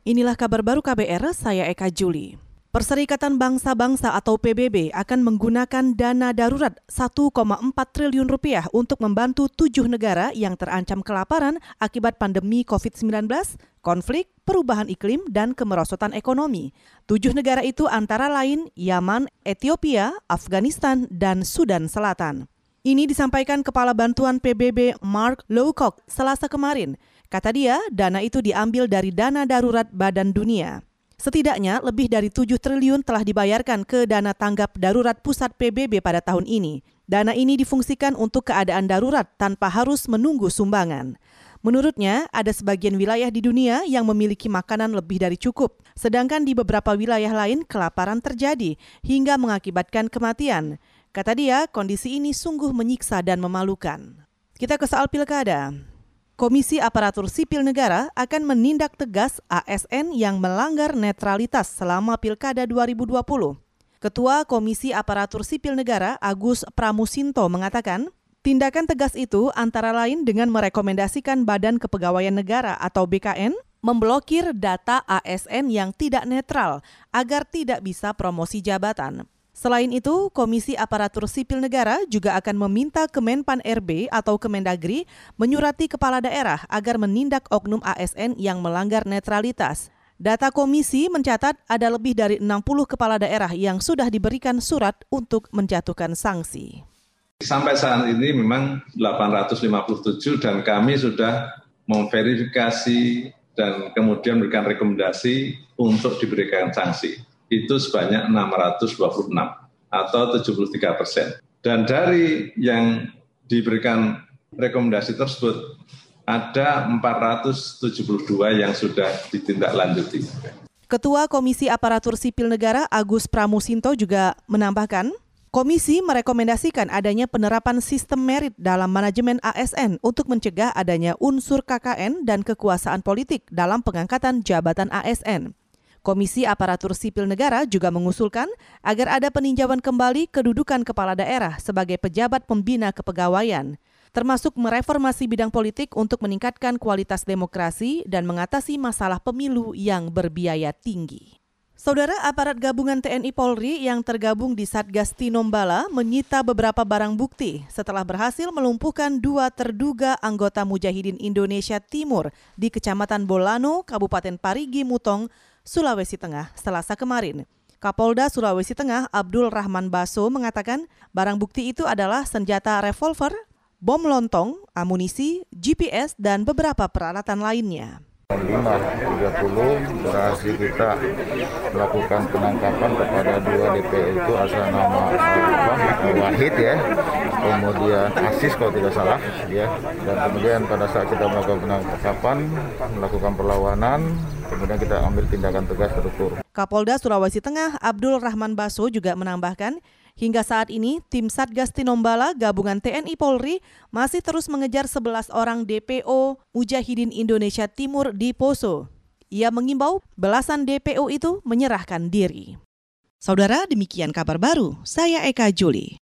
Inilah kabar baru KBR, saya Eka Juli. Perserikatan Bangsa-Bangsa atau PBB akan menggunakan dana darurat 1,4 triliun rupiah untuk membantu 7 negara yang terancam kelaparan akibat pandemi COVID-19, konflik, perubahan iklim, dan kemerosotan ekonomi. 7 negara itu antara lain Yaman, Ethiopia, Afghanistan, dan Sudan Selatan. Ini disampaikan Kepala Bantuan PBB Mark Lowcock Selasa kemarin. Kata dia, dana itu diambil dari dana darurat Badan Dunia. Setidaknya lebih dari 7 triliun telah dibayarkan ke dana tanggap darurat pusat PBB pada tahun ini. Dana ini difungsikan untuk keadaan darurat tanpa harus menunggu sumbangan. Menurutnya, ada sebagian wilayah di dunia yang memiliki makanan lebih dari cukup. Sedangkan di beberapa wilayah lain kelaparan terjadi hingga mengakibatkan kematian. Kata dia, kondisi ini sungguh menyiksa dan memalukan. Kita ke soal pilkada. Komisi Aparatur Sipil Negara akan menindak tegas ASN yang melanggar netralitas selama Pilkada 2020. Ketua Komisi Aparatur Sipil Negara Agus Pramusinto mengatakan, tindakan tegas itu antara lain dengan merekomendasikan Badan Kepegawaian Negara atau BKN memblokir data ASN yang tidak netral agar tidak bisa promosi jabatan. Selain itu, Komisi Aparatur Sipil Negara juga akan meminta Kemenpan RB atau Kemendagri menyurati kepala daerah agar menindak oknum ASN yang melanggar netralitas. Data komisi mencatat ada lebih dari 60 kepala daerah yang sudah diberikan surat untuk menjatuhkan sanksi. Sampai saat ini memang 857 dan kami sudah memverifikasi dan kemudian memberikan rekomendasi untuk diberikan sanksi. Itu sebanyak 626 atau 73%. Dan dari yang diberikan rekomendasi tersebut, ada 472 yang sudah ditindaklanjuti. Ketua Komisi Aparatur Sipil Negara Agus Pramusinto juga menambahkan, komisi merekomendasikan adanya penerapan sistem merit dalam manajemen ASN untuk mencegah adanya unsur KKN dan kekuasaan politik dalam pengangkatan jabatan ASN. Komisi Aparatur Sipil Negara juga mengusulkan agar ada peninjauan kembali kedudukan kepala daerah sebagai pejabat pembina kepegawaian, termasuk mereformasi bidang politik untuk meningkatkan kualitas demokrasi dan mengatasi masalah pemilu yang berbiaya tinggi. Saudara, aparat gabungan TNI Polri yang tergabung di Satgas Tinombala menyita beberapa barang bukti setelah berhasil melumpuhkan 2 terduga anggota Mujahidin Indonesia Timur di Kecamatan Bolano, Kabupaten Parigi Mutong, Sulawesi Tengah, Selasa kemarin. Kapolda Sulawesi Tengah Abdul Rahman Baso mengatakan barang bukti itu adalah senjata revolver, bom lontong, amunisi, GPS, dan beberapa peralatan lainnya. 5.30 berhasil kita melakukan penangkapan kepada 2 DPO itu asal nama Wahid ya, kemudian Asis kalau tidak salah ya, dan kemudian pada saat kita melakukan penangkapan, melakukan perlawanan, kemudian kita ambil tindakan tegas terukur. Kapolda Sulawesi Tengah Abdul Rahman Baso juga menambahkan, hingga saat ini tim Satgas Tinombala gabungan TNI Polri masih terus mengejar 11 orang DPO Mujahidin Indonesia Timur di Poso. Ia mengimbau belasan DPO itu menyerahkan diri. Saudara, demikian kabar baru. Saya Eka Juli.